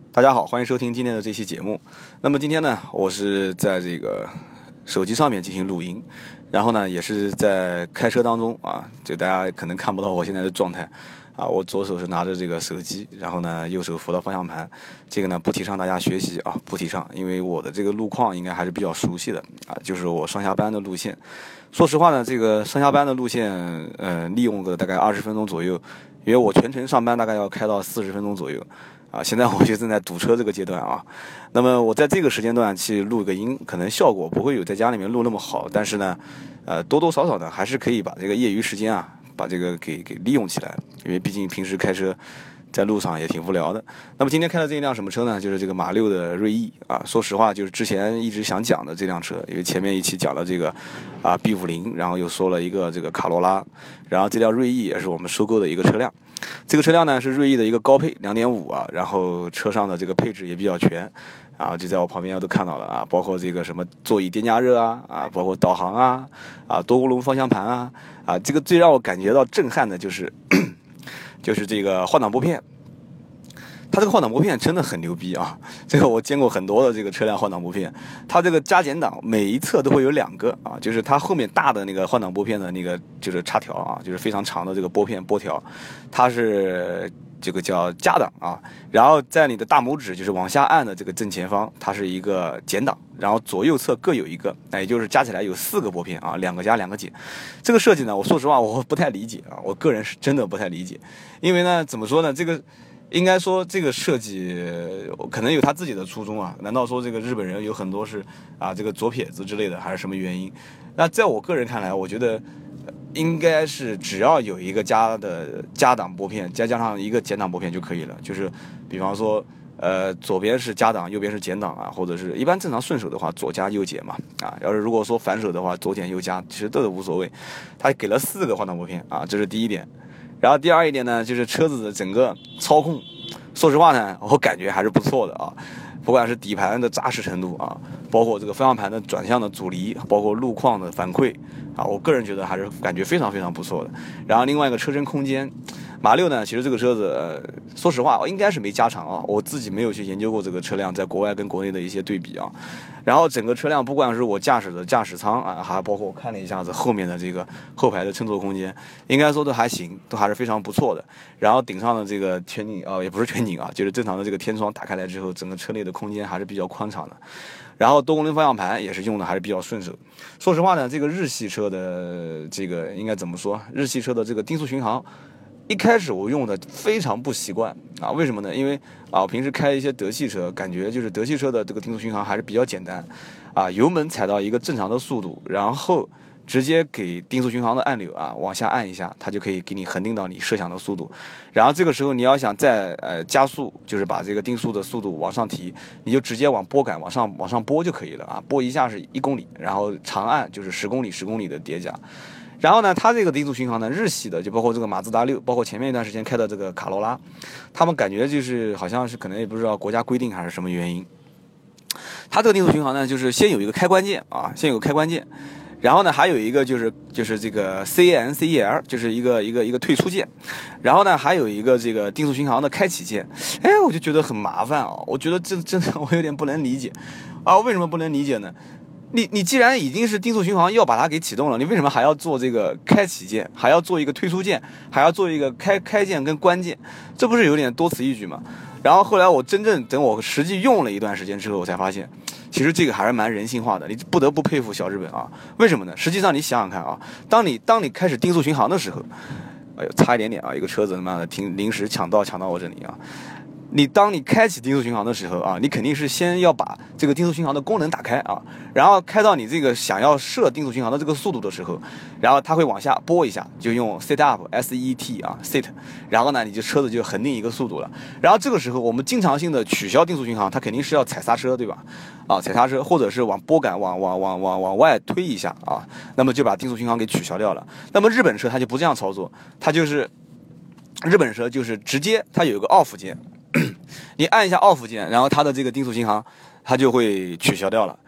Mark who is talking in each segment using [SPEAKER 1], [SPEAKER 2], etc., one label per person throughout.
[SPEAKER 1] 大家好，欢迎收听今天的这期节目。那么今天呢，我是在这个手机上面进行录音，然后呢，也是在开车当中啊，就大家可能看不到我现在的状态啊，我左手是拿着这个手机，然后呢，右手扶到方向盘。这个呢，不提倡大家学习啊，不提倡，因为我的这个路况应该还是比较熟悉的啊，就是我上下班的路线。说实话呢，这个上下班的路线，利用个大概20分钟左右，因为我全程上班大概要开到40分钟左右。啊，现在我就正在堵车这个阶段啊，那么我在这个时间段去录个音，可能效果不会有在家里面录那么好，但是呢，多多少少呢，还是可以把这个业余时间啊，把这个给利用起来，因为毕竟平时开车在路上也挺无聊的。那么今天开的这一辆什么车呢？就是这个马六的锐意啊。说实话，就是之前一直想讲的这辆车，因为前面一期讲了这个B50，然后又说了一个这个卡罗拉，然后这辆锐意也是我们收购的一个车辆。这个车辆呢是锐意的一个高配2.5啊，然后车上的这个配置也比较全，啊，就在我旁边都看到了啊，包括这个什么座椅电加热啊，包括导航啊，多功能方向盘啊，这个最让我感觉到震撼的就是就是这个换挡拨片。它这个换挡拨片真的很牛逼啊！这个我见过很多的这个车辆换挡拨片，它这个加减档每一侧都会有2个啊，就是它后面大的那个换挡拨片的那个就是插条啊，就是非常长的这个拨条，它是这个叫加档啊，然后在你的大拇指就是往下按的这个正前方，它是一个减档，然后左右侧各有一个，也就是加起来有4个拨片啊，2个加2个减。这个设计呢，我说实话我不太理解啊，我个人是真的不太理解，因为呢怎么说呢，这个。应该说这个设计可能有他自己的初衷啊？难道说这个日本人有很多是这个左撇子之类的，还是什么原因？那在我个人看来，我觉得应该是只要有一个加档拨片，加上一个减档拨片就可以了。就是比方说左边是加档，右边是减档啊，或者是一般正常顺手的话左加右减嘛啊。要是如果说反手的话左减右加，其实都是无所谓。他给了4个换挡拨片啊，这是第一点。然后第二一点呢，就是车子的整个操控，说实话呢，我感觉还是不错的啊。不管是底盘的扎实程度啊，包括这个方向盘的转向的阻尼，包括路况的反馈啊，我个人觉得还是感觉非常非常不错的。然后另外一个车身空间，马六呢，其实这个车子说实话应该是没加长啊，我自己没有去研究过这个车辆在国外跟国内的一些对比啊。然后整个车辆不管是我驾驶的驾驶舱啊，还包括我看了一下子后面的这个后排的乘坐空间，应该说都还行，都还是非常不错的。然后顶上的这个全景也不是全景啊，就是正常的这个天窗打开来之后，整个车内的空间还是比较宽敞的。然后多功能方向盘也是用的还是比较顺手。说实话呢，这个日系车的这个应该怎么说？日系车的这个定速巡航。一开始我用的非常不习惯啊，为什么呢？因为我平时开一些德系车，感觉就是德系车的这个定速巡航还是比较简单，油门踩到一个正常的速度，然后直接给定速巡航的按钮往下按一下，它就可以给你恒定到你设想的速度。然后这个时候你要想再加速，就是把这个定速的速度往上提，你就直接往拨杆往上拨就可以了啊，拨一下是1公里，然后长按就是10公里10公里的叠加。然后呢，它这个定速巡航呢，日系的就包括这个马自达6，包括前面一段时间开的这个卡罗拉，他们感觉就是好像是可能也不知道国家规定还是什么原因，它这个定速巡航呢，就是先有一个开关键啊，先有个开关键，然后呢还有一个就是这个 CANCEL， 就是一个退出键，然后呢还有一个这个定速巡航的开启键，我就觉得很麻烦啊，我觉得真的我有点不能理解啊，为什么不能理解呢？你既然已经是定速巡航要把它给启动了，你为什么还要做这个开启键，还要做一个退出键，还要做一个开键跟关键？这不是有点多此一举吗？然后后来我真正等我实际用了一段时间之后，我才发现，其实这个还是蛮人性化的。你不得不佩服小日本啊！为什么呢？实际上你想想看啊，当你开始定速巡航的时候，哎呦，差一点点啊，一个车子他妈的临时抢到我这里啊！当你开启定速巡航的时候啊，你肯定是先要把这个定速巡航的功能打开啊，然后开到你这个想要设定速巡航的这个速度的时候，然后它会往下拨一下，就用 set up SET set， 然后呢你就车子就恒定一个速度了。然后这个时候我们经常性的取消定速巡航，它肯定是要踩刹车，对吧？踩刹车或者是往拨杆往外推一下啊，那么就把定速巡航给取消掉了。那么日本车它就不这样操作，它就是日本车就是直接它有一个 off 键。你按一下 off 键，然后它的这个定速巡航它就会取消掉了。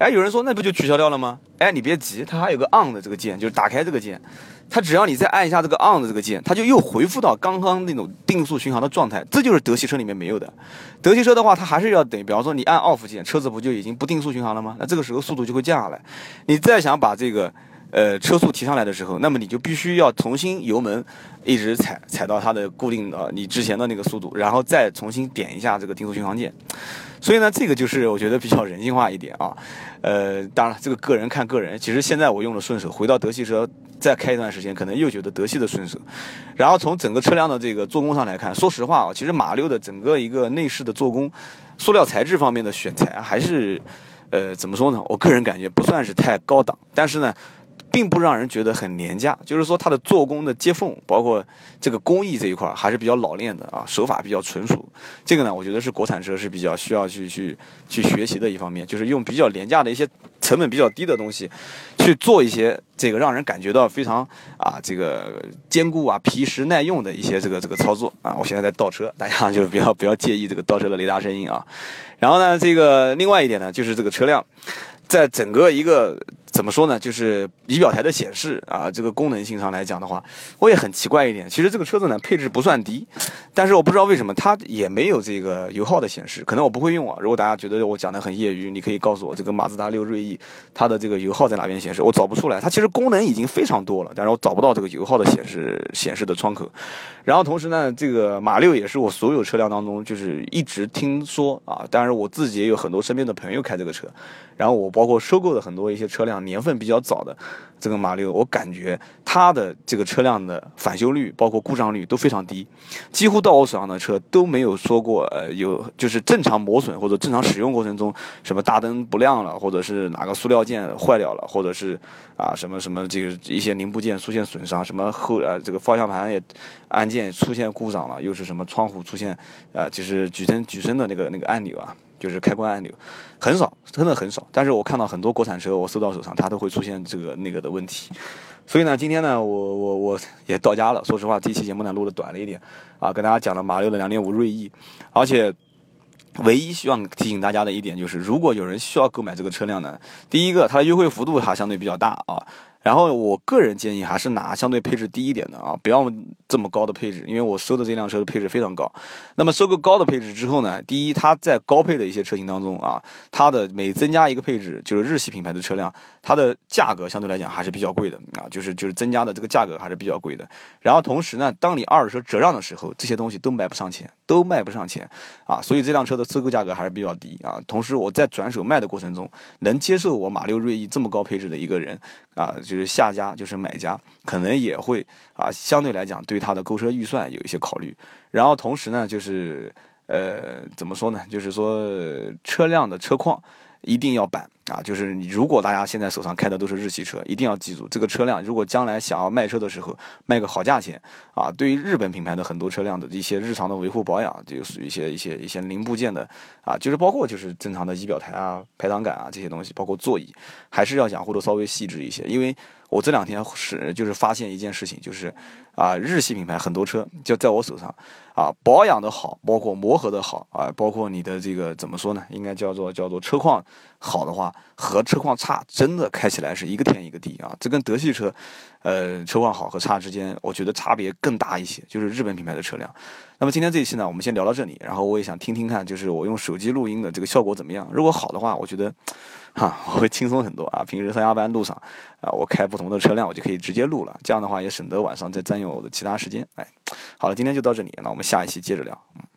[SPEAKER 1] 哎，有人说那不就取消掉了吗？哎，你别急，它还有个 on 的这个键，就是打开这个键，它只要你再按一下这个 on 的这个键，它就又恢复到刚刚那种定速巡航的状态。这就是德系车里面没有的。德系车的话，它还是要等，比方说你按 off 键，车子不就已经不定速巡航了吗？那这个时候速度就会降下来。你再想把这个车速提上来的时候，那么你就必须要重新油门一直踩到它的固定的你之前的那个速度，然后再重新点一下这个定速巡航键。所以呢，这个就是我觉得比较人性化一点啊。当然这个个人看个人。其实现在我用的顺手，回到德系车再开一段时间，可能又觉得德系的顺手。然后从整个车辆的这个做工上来看，说实话啊，其实马六的整个一个内饰的做工，塑料材质方面的选材还是怎么说呢？我个人感觉不算是太高档，但是呢，并不让人觉得很廉价，就是说它的做工的接缝，包括这个工艺这一块还是比较老练的啊，手法比较纯熟。这个呢，我觉得是国产车是比较需要去学习的一方面，就是用比较廉价的一些成本比较低的东西，去做一些这个让人感觉到非常这个坚固皮实耐用的一些这个操作啊。我现在在倒车，大家就不要介意这个倒车的雷达声音啊。然后呢，这个另外一点呢，就是这个车辆在整个一个怎么说呢，就是仪表台的显示这个功能性上来讲的话，我也很奇怪一点。其实这个车子呢配置不算低，但是我不知道为什么它也没有这个油耗的显示，可能我不会用啊。如果大家觉得我讲的很业余，你可以告诉我这个马自达6锐意它的这个油耗在哪边显示，我找不出来。它其实功能已经非常多了，但是我找不到这个油耗的显示的窗口。然后同时呢，这个马六也是我所有车辆当中就是一直听说当然我自己也有很多身边的朋友开这个车，然后我包括收购的很多一些车辆年份比较早的这个马六，我感觉它的这个车辆的返修率包括故障率都非常低，几乎到我手上的车都没有说过有就是正常磨损或者正常使用过程中什么大灯不亮了，或者是哪个塑料件坏掉了，或者是什么这个一些零部件出现损伤，什么这个方向盘也按键出现故障了，又是什么窗户出现就是举升的那个按钮就是开关按钮，很少，真的很少。但是我看到很多国产车，我收到手上，它都会出现这个那个的问题。所以呢，今天呢，我也到家了。说实话，这期节目呢录的短了一点跟大家讲了马六的2.5锐意，而且唯一希望提醒大家的一点就是，如果有人需要购买这个车辆呢，第一个它的优惠幅度它相对比较大然后我个人建议还是拿相对配置低一点的不要这么高的配置，因为我收的这辆车的配置非常高。那么收购高的配置之后呢，第一，它在高配的一些车型当中它的每增加一个配置，就是日系品牌的车辆，它的价格相对来讲还是比较贵的就是增加的这个价格还是比较贵的。然后同时呢，当你二手车折让的时候，这些东西都卖不上钱，所以这辆车的收购价格还是比较低同时我在转手卖的过程中，能接受我马六锐意这么高配置的一个人就是下家，就是买家，可能也会相对来讲对他的购车预算有一些考虑。然后同时呢，就是怎么说呢，就是说车辆的车况一定要板就是如果大家现在手上开的都是日系车，一定要记住，这个车辆如果将来想要卖车的时候卖个好价钱对于日本品牌的很多车辆的一些日常的维护保养，就是一些零部件的就是包括就是正常的仪表台排挡杆这些东西，包括座椅，还是要养护的稍微细致一些。因为我这两天就是发现一件事情，就是日系品牌很多车就在我手上保养的好，包括磨合的好包括你的这个怎么说呢，应该叫做车况好的话，和车况差真的开起来是一个天一个地这跟德系车车况好和差之间，我觉得差别更大一些，就是日本品牌的车辆。那么今天这一期呢，我们先聊到这里，然后我也想听听看，就是我用手机录音的这个效果怎么样。如果好的话，我觉得我会轻松很多平时上下班路上我开不同的车辆，我就可以直接录了，这样的话也省得晚上再占用我的其他时间。好了，今天就到这里，那我们下一期接着聊。